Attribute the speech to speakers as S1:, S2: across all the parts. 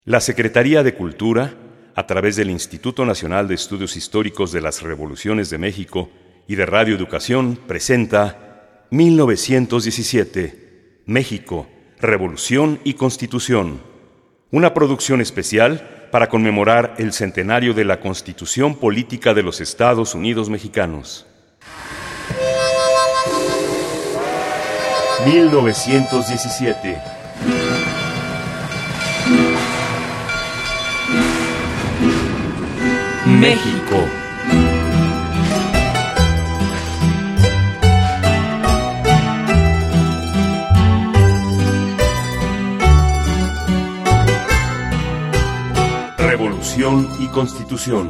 S1: La Secretaría de Cultura, a través del Instituto Nacional de Estudios Históricos de las Revoluciones de México y de Radio Educación, presenta 1917, México, Revolución y Constitución, una producción especial para conmemorar el centenario de la Constitución Política de los Estados Unidos Mexicanos. 1917. México. Revolución y Constitución.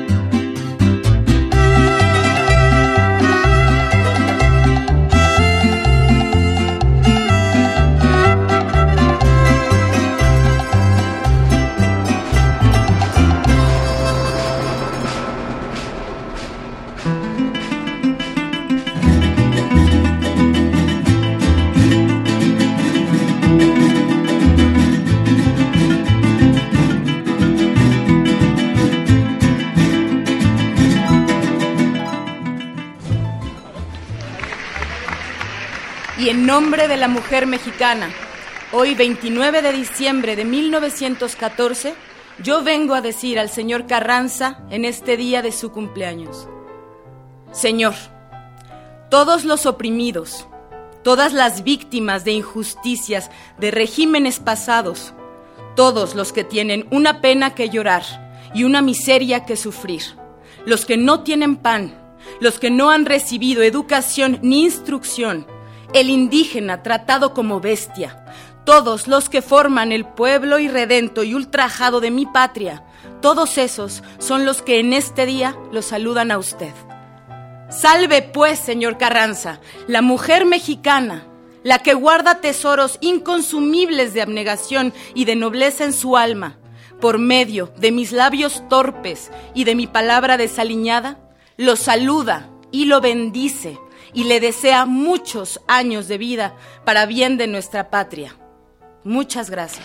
S2: Y en nombre de la mujer mexicana, hoy 29 de diciembre de 1914, yo vengo a decir al señor Carranza en este día de su cumpleaños: Señor, todos los oprimidos, todas las víctimas de injusticias, de regímenes pasados, todos los que tienen una pena que llorar y una miseria que sufrir, los que no tienen pan, los que no han recibido educación ni instrucción, el indígena tratado como bestia, todos los que forman el pueblo irredento y ultrajado de mi patria, todos esos son los que en este día lo saludan a usted. Salve pues, señor Carranza, la mujer mexicana, la que guarda tesoros inconsumibles de abnegación y de nobleza en su alma. Por medio de mis labios torpes y de mi palabra desaliñada, lo saluda y lo bendice, y le desea muchos años de vida para bien de nuestra patria. Muchas gracias.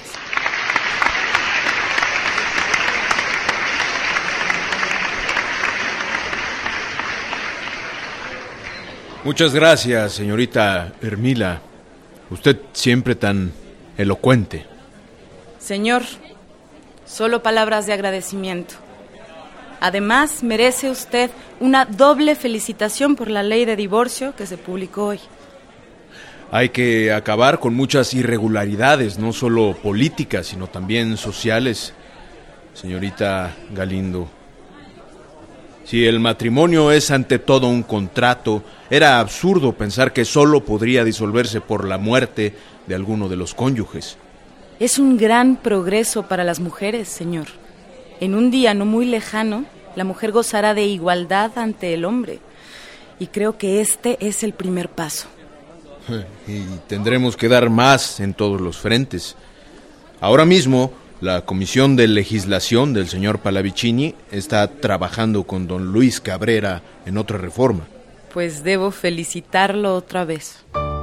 S3: Muchas gracias, señorita Ermila. Usted siempre tan elocuente.
S2: Señor, solo palabras de agradecimiento. Además, merece usted una doble felicitación por la ley de divorcio que se publicó hoy.
S3: Hay que acabar con muchas irregularidades, no solo políticas, sino también sociales, señorita Galindo. Si el matrimonio es ante todo un contrato, era absurdo pensar que solo podría disolverse por la muerte de alguno de los cónyuges.
S2: Es un gran progreso para las mujeres, señor. En un día no muy lejano, la mujer gozará de igualdad ante el hombre. Y creo que este es el primer paso.
S3: Y tendremos que dar más en todos los frentes. Ahora mismo, la Comisión de Legislación del señor Pallavicini está trabajando con don Luis Cabrera en otra reforma.
S2: Pues debo felicitarlo otra vez.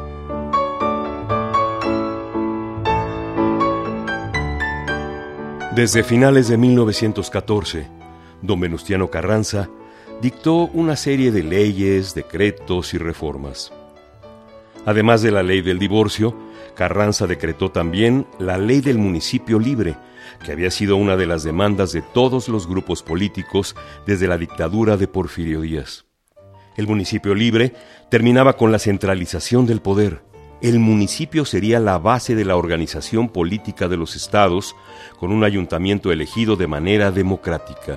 S1: Desde finales de 1914, don Venustiano Carranza dictó una serie de leyes, decretos y reformas. Además de la ley del divorcio, Carranza decretó también la ley del municipio libre, que había sido una de las demandas de todos los grupos políticos desde la dictadura de Porfirio Díaz. El municipio libre terminaba con la centralización del poder. El municipio sería la base de la organización política de los estados, con un ayuntamiento elegido de manera democrática.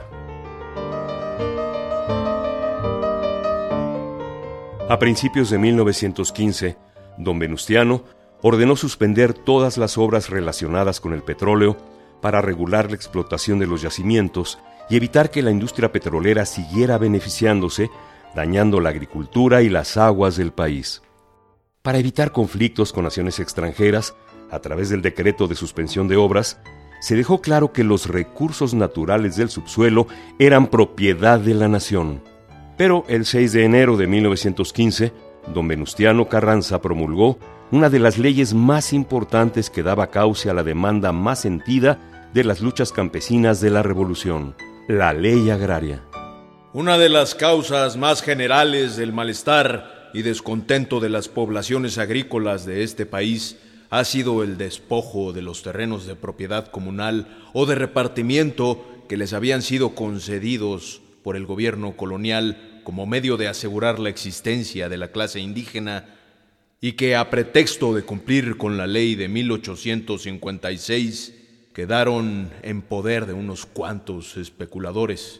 S1: A principios de 1915, don Venustiano ordenó suspender todas las obras relacionadas con el petróleo para regular la explotación de los yacimientos y evitar que la industria petrolera siguiera beneficiándose, dañando la agricultura y las aguas del país. Para evitar conflictos con naciones extranjeras, a través del decreto de suspensión de obras, se dejó claro que los recursos naturales del subsuelo eran propiedad de la nación. Pero el 6 de enero de 1915, don Venustiano Carranza promulgó una de las leyes más importantes que daba cauce a la demanda más sentida de las luchas campesinas de la Revolución, la Ley Agraria.
S3: Una de las causas más generales del malestar y descontento de las poblaciones agrícolas de este país ha sido el despojo de los terrenos de propiedad comunal o de repartimiento que les habían sido concedidos por el gobierno colonial como medio de asegurar la existencia de la clase indígena y que, a pretexto de cumplir con la ley de 1856, quedaron en poder de unos cuantos especuladores.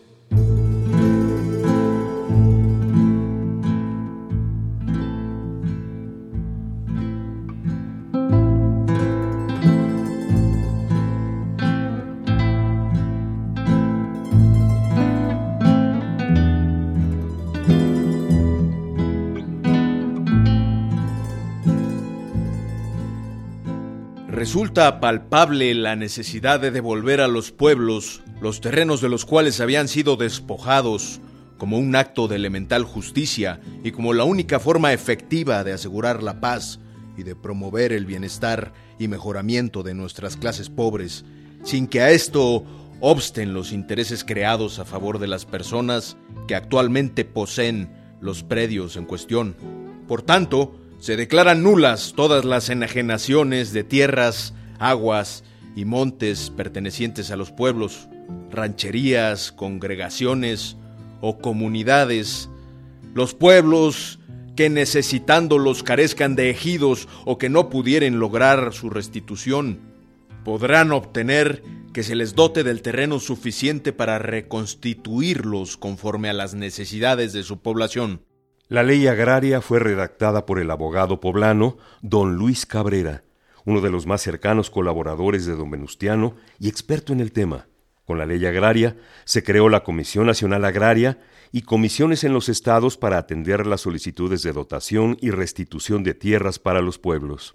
S3: Resulta palpable la necesidad de devolver a los pueblos los terrenos de los cuales habían sido despojados como un acto de elemental justicia y como la única forma efectiva de asegurar la paz y de promover el bienestar y mejoramiento de nuestras clases pobres, sin que a esto obsten los intereses creados a favor de las personas que actualmente poseen los predios en cuestión. Por tanto, se declaran nulas todas las enajenaciones de tierras, aguas y montes pertenecientes a los pueblos, rancherías, congregaciones o comunidades. Los pueblos que necesitándolos carezcan de ejidos o que no pudieren lograr su restitución, podrán obtener que se les dote del terreno suficiente para reconstituirlos conforme a las necesidades de su población.
S1: La Ley Agraria fue redactada por el abogado poblano don Luis Cabrera, uno de los más cercanos colaboradores de don Venustiano y experto en el tema. Con la Ley Agraria se creó la Comisión Nacional Agraria y comisiones en los estados para atender las solicitudes de dotación y restitución de tierras para los pueblos.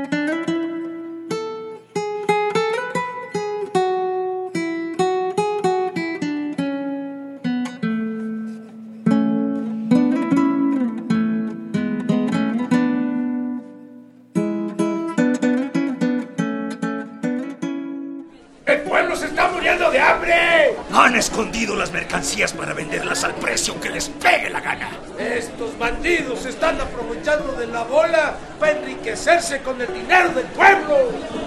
S4: Han escondido las mercancías para venderlas al precio que les pegue la gana.
S5: Estos bandidos se están aprovechando de la bola para enriquecerse con el dinero del pueblo.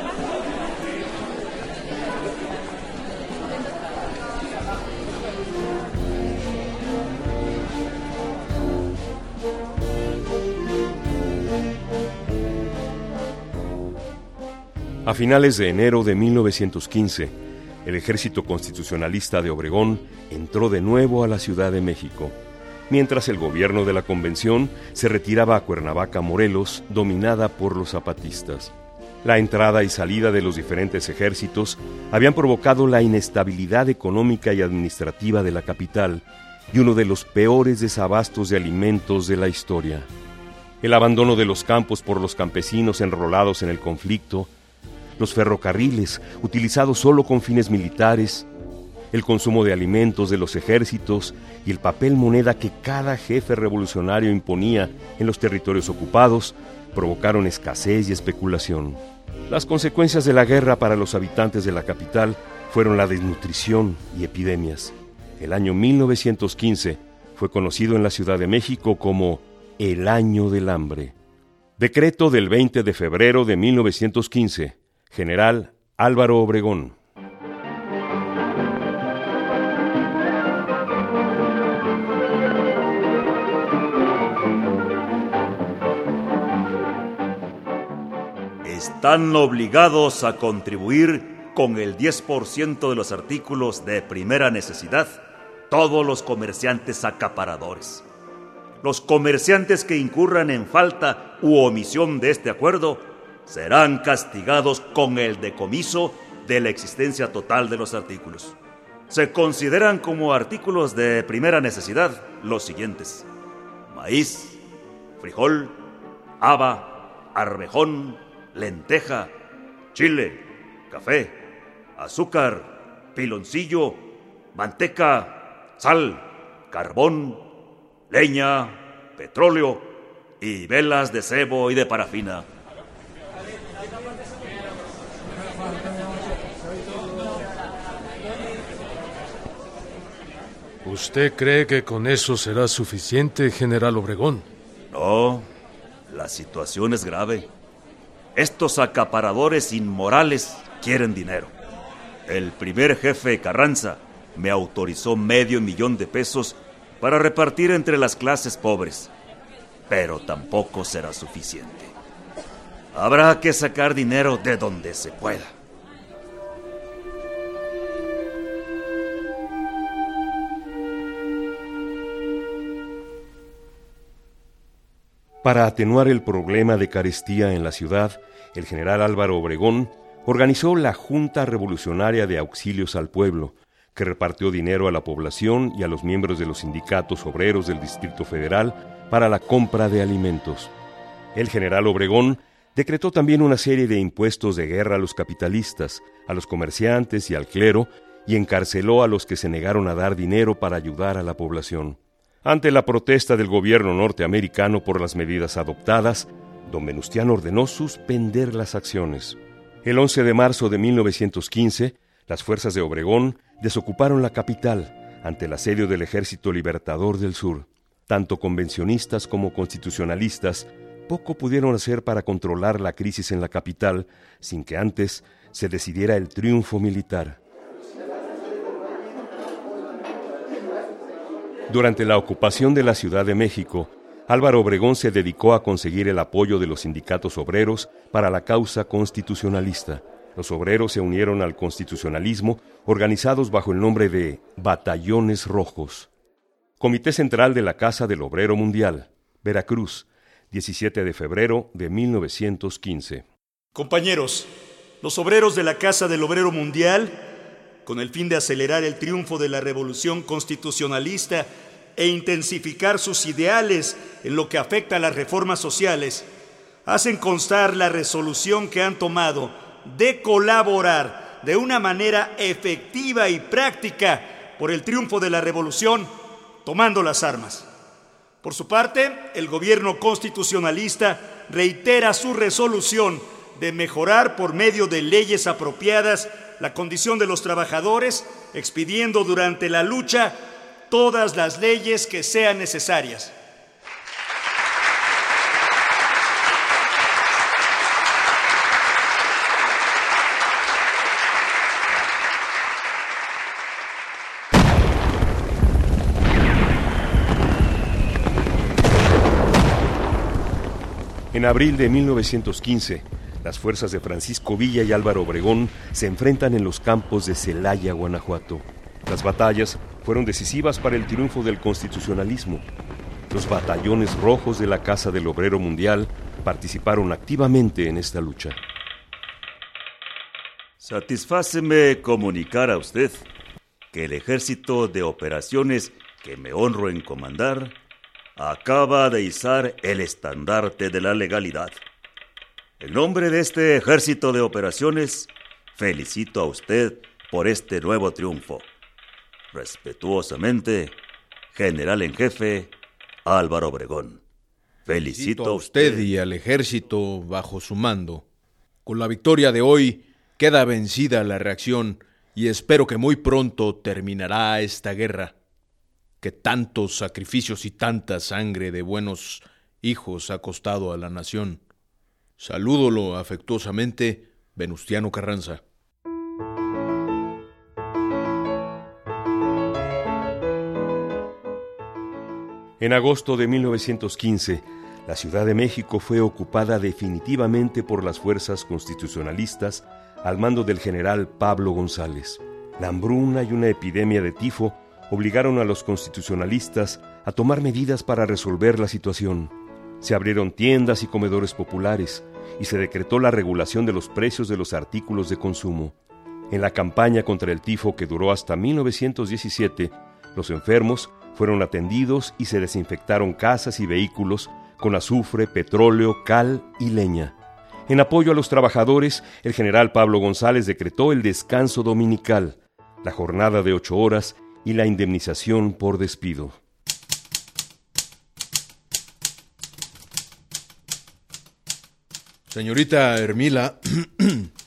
S1: A finales de enero de 1915, el Ejército Constitucionalista de Obregón entró de nuevo a la Ciudad de México, mientras el gobierno de la Convención se retiraba a Cuernavaca, Morelos, dominada por los zapatistas. La entrada y salida de los diferentes ejércitos habían provocado la inestabilidad económica y administrativa de la capital y uno de los peores desabastos de alimentos de la historia. El abandono de los campos por los campesinos enrolados en el conflicto, los ferrocarriles, utilizados solo con fines militares, el consumo de alimentos de los ejércitos y el papel moneda que cada jefe revolucionario imponía en los territorios ocupados, provocaron escasez y especulación. Las consecuencias de la guerra para los habitantes de la capital fueron la desnutrición y epidemias. El año 1915 fue conocido en la Ciudad de México como el Año del Hambre. Decreto del 20 de febrero de 1915. General Álvaro Obregón.
S4: Están obligados a contribuir con el 10% de los artículos de primera necesidad todos los comerciantes acaparadores. Los comerciantes que incurran en falta u omisión de este acuerdo serán castigados con el decomiso de la existencia total de los artículos. Se consideran como artículos de primera necesidad los siguientes: maíz, frijol, haba, arvejón, lenteja, chile, café, azúcar, piloncillo, manteca, sal, carbón, leña, petróleo y velas de cebo y de parafina.
S5: ¿Usted cree que con eso será suficiente, general Obregón?
S4: No, la situación es grave. Estos acaparadores inmorales quieren dinero. El primer jefe, Carranza, me autorizó $500,000 para repartir entre las clases pobres. Pero tampoco será suficiente. Habrá que sacar dinero de donde se pueda.
S1: Para atenuar el problema de carestía en la ciudad, el general Álvaro Obregón organizó la Junta Revolucionaria de Auxilios al Pueblo, que repartió dinero a la población y a los miembros de los sindicatos obreros del Distrito Federal para la compra de alimentos. El general Obregón decretó también una serie de impuestos de guerra a los capitalistas, a los comerciantes y al clero, y encarceló a los que se negaron a dar dinero para ayudar a la población. Ante la protesta del gobierno norteamericano por las medidas adoptadas, don Venustiano ordenó suspender las acciones. El 11 de marzo de 1915, las fuerzas de Obregón desocuparon la capital ante el asedio del Ejército Libertador del Sur. Tanto convencionistas como constitucionalistas poco pudieron hacer para controlar la crisis en la capital sin que antes se decidiera el triunfo militar. Durante la ocupación de la Ciudad de México, Álvaro Obregón se dedicó a conseguir el apoyo de los sindicatos obreros para la causa constitucionalista. Los obreros se unieron al constitucionalismo, organizados bajo el nombre de Batallones Rojos. Comité Central de la Casa del Obrero Mundial, Veracruz, 17 de febrero de 1915.
S6: Compañeros, los obreros de la Casa del Obrero Mundial, con el fin de acelerar el triunfo de la revolución constitucionalista e intensificar sus ideales en lo que afecta a las reformas sociales, hacen constar la resolución que han tomado de colaborar de una manera efectiva y práctica por el triunfo de la revolución, tomando las armas. Por su parte, el gobierno constitucionalista reitera su resolución de mejorar por medio de leyes apropiadas la condición de los trabajadores, expidiendo durante la lucha todas las leyes que sean necesarias.
S1: En abril de 1915, las fuerzas de Francisco Villa y Álvaro Obregón se enfrentan en los campos de Celaya, Guanajuato. Las batallas fueron decisivas para el triunfo del constitucionalismo. Los batallones rojos de la Casa del Obrero Mundial participaron activamente en esta lucha.
S4: Satisfáceme comunicar a usted que el Ejército de Operaciones que me honro en comandar acaba de izar el estandarte de la legalidad. En nombre de este Ejército de Operaciones, felicito a usted por este nuevo triunfo. Respetuosamente, General en Jefe, Álvaro Obregón.
S3: Felicito a usted y al Ejército bajo su mando. Con la victoria de hoy, queda vencida la reacción y espero que muy pronto terminará esta guerra, que tantos sacrificios y tanta sangre de buenos hijos ha costado a la nación. Salúdolo afectuosamente, Venustiano Carranza.
S1: En agosto de 1915, la Ciudad de México fue ocupada definitivamente por las fuerzas constitucionalistas al mando del general Pablo González. La hambruna y una epidemia de tifo obligaron a los constitucionalistas a tomar medidas para resolver la situación. Se abrieron tiendas y comedores populares y se decretó la regulación de los precios de los artículos de consumo. En la campaña contra el tifo, que duró hasta 1917, los enfermos fueron atendidos y se desinfectaron casas y vehículos con azufre, petróleo, cal y leña. En apoyo a los trabajadores, el general Pablo González decretó el descanso dominical, la jornada de 8 horas y la indemnización por despido.
S3: Señorita Hermila,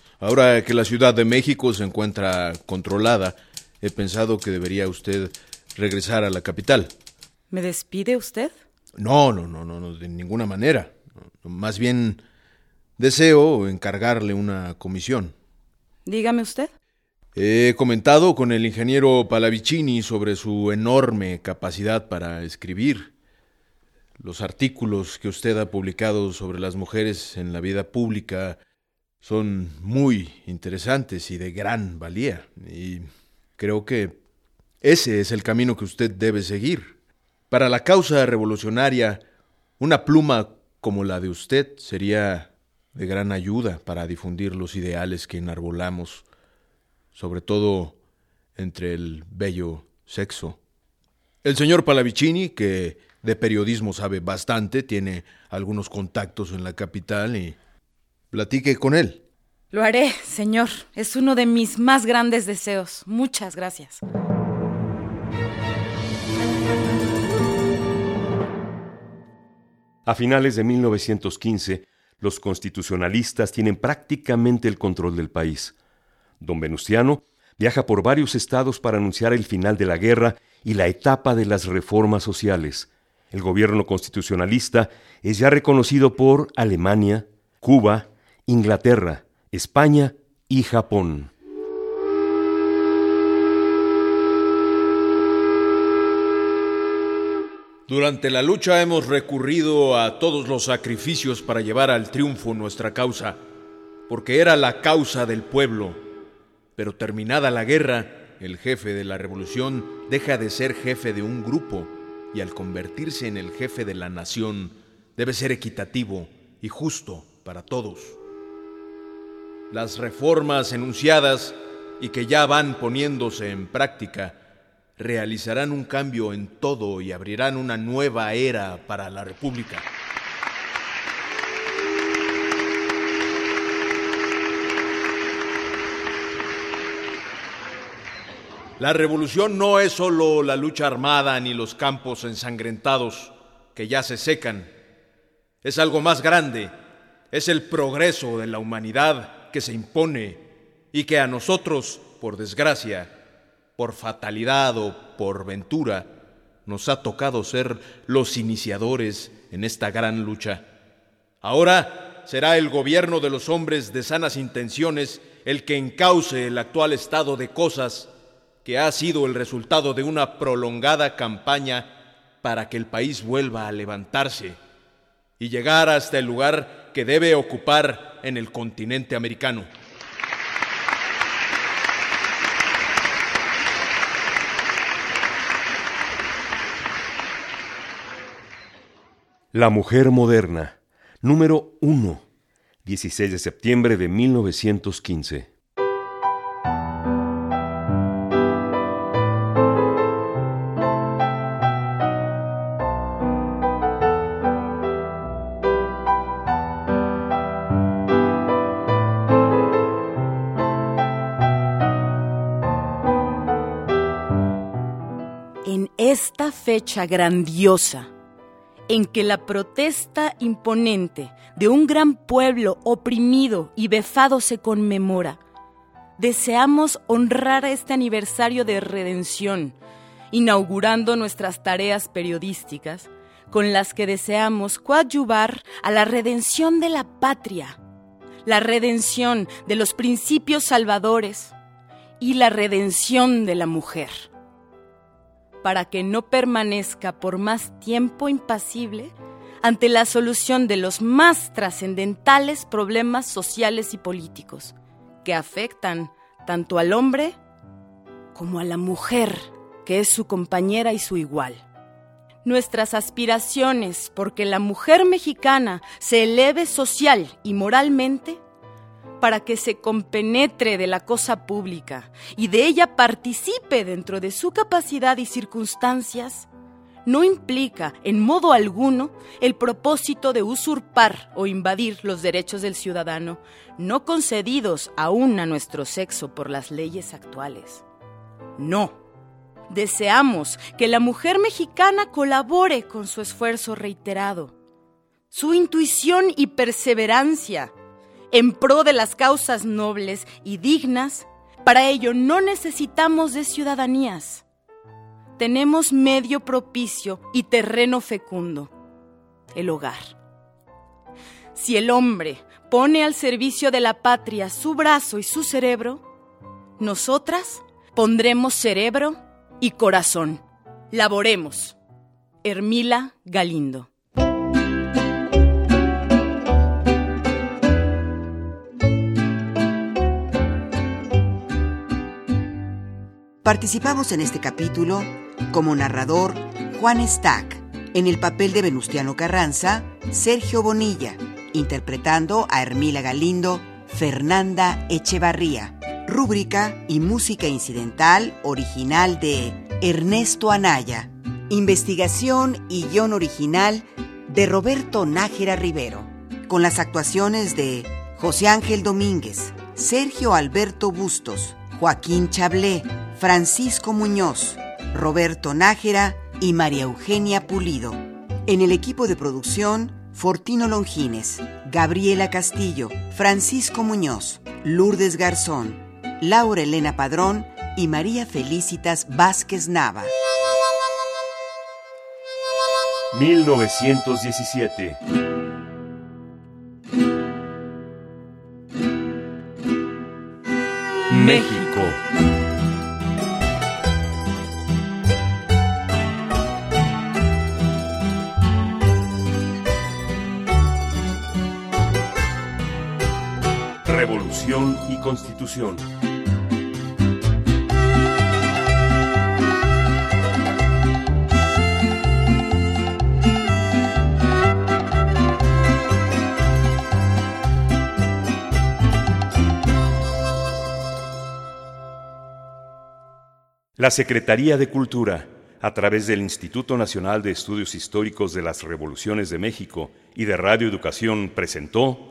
S3: ahora que la Ciudad de México se encuentra controlada, he pensado que debería usted regresar a la capital.
S2: ¿Me despide usted?
S3: No, de ninguna manera. Más bien, deseo encargarle una comisión.
S2: Dígame usted.
S3: He comentado con el ingeniero Pallavicini sobre su enorme capacidad para escribir. Los artículos que usted ha publicado sobre las mujeres en la vida pública son muy interesantes y de gran valía. Y creo que ese es el camino que usted debe seguir. Para la causa revolucionaria, una pluma como la de usted sería de gran ayuda para difundir los ideales que enarbolamos, sobre todo entre el bello sexo. El señor Pallavicini, que de periodismo sabe bastante, tiene algunos contactos en la capital y platique con él.
S2: Lo haré, señor. Es uno de mis más grandes deseos. Muchas gracias.
S1: A finales de 1915, los constitucionalistas tienen prácticamente el control del país. Don Venustiano viaja por varios estados para anunciar el final de la guerra y la etapa de las reformas sociales. El gobierno constitucionalista es ya reconocido por Alemania, Cuba, Inglaterra, España y Japón.
S3: Durante la lucha hemos recurrido a todos los sacrificios para llevar al triunfo nuestra causa, porque era la causa del pueblo. Pero terminada la guerra, el jefe de la revolución deja de ser jefe de un grupo y al convertirse en el jefe de la nación debe ser equitativo y justo para todos. Las reformas enunciadas y que ya van poniéndose en práctica realizarán un cambio en todo y abrirán una nueva era para la República. La revolución no es solo la lucha armada ni los campos ensangrentados que ya se secan. Es algo más grande, es el progreso de la humanidad que se impone y que a nosotros, por desgracia, por fatalidad o por ventura, nos ha tocado ser los iniciadores en esta gran lucha. Ahora será el gobierno de los hombres de sanas intenciones el que encauce el actual estado de cosas que ha sido el resultado de una prolongada campaña para que el país vuelva a levantarse y llegar hasta el lugar que debe ocupar en el continente americano.
S1: La mujer moderna, número 1, 16 de septiembre de 1915.
S2: En esta fecha grandiosa, en que la protesta imponente de un gran pueblo oprimido y vejado se conmemora, deseamos honrar este aniversario de redención, inaugurando nuestras tareas periodísticas, con las que deseamos coadyuvar a la redención de la patria, la redención de los principios salvadores y la redención de la mujer, para que no permanezca por más tiempo impasible ante la solución de los más trascendentales problemas sociales y políticos que afectan tanto al hombre como a la mujer, que es su compañera y su igual. Nuestras aspiraciones porque la mujer mexicana se eleve social y moralmente, para que se compenetre de la cosa pública y de ella participe dentro de su capacidad y circunstancias, no implica en modo alguno el propósito de usurpar o invadir los derechos del ciudadano, no concedidos aún a nuestro sexo por las leyes actuales. No, deseamos que la mujer mexicana colabore con su esfuerzo reiterado, su intuición y perseverancia, en pro de las causas nobles y dignas. Para ello no necesitamos de ciudadanías. tenemos medio propicio y terreno fecundo: el hogar. Si el hombre pone al servicio de la patria su brazo y su cerebro, nosotras pondremos cerebro y corazón. Laboremos. Hermila Galindo.
S7: Participamos en este capítulo como narrador Juan Stack, en el papel de Venustiano Carranza, Sergio Bonilla, interpretando a Hermila Galindo, Fernanda Echevarría. Rúbrica y música incidental original de Ernesto Anaya. Investigación y guión original de Roberto Nájera Rivero, con las actuaciones de José Ángel Domínguez, Sergio Alberto Bustos, Joaquín Chablé, Francisco Muñoz, Roberto Nájera y María Eugenia Pulido. En el equipo de producción, Fortino Longines, Gabriela Castillo, Francisco Muñoz, Lourdes Garzón, Laura Elena Padrón y María Felicitas Vázquez Nava.
S1: 1917. México. Revolución y Constitución. La Secretaría de Cultura, a través del Instituto Nacional de Estudios Históricos de las Revoluciones de México y de Radio Educación, presentó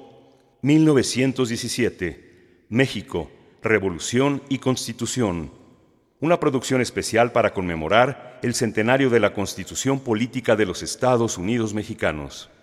S1: 1917, México, Revolución y Constitución, una producción especial para conmemorar el centenario de la Constitución Política de los Estados Unidos Mexicanos.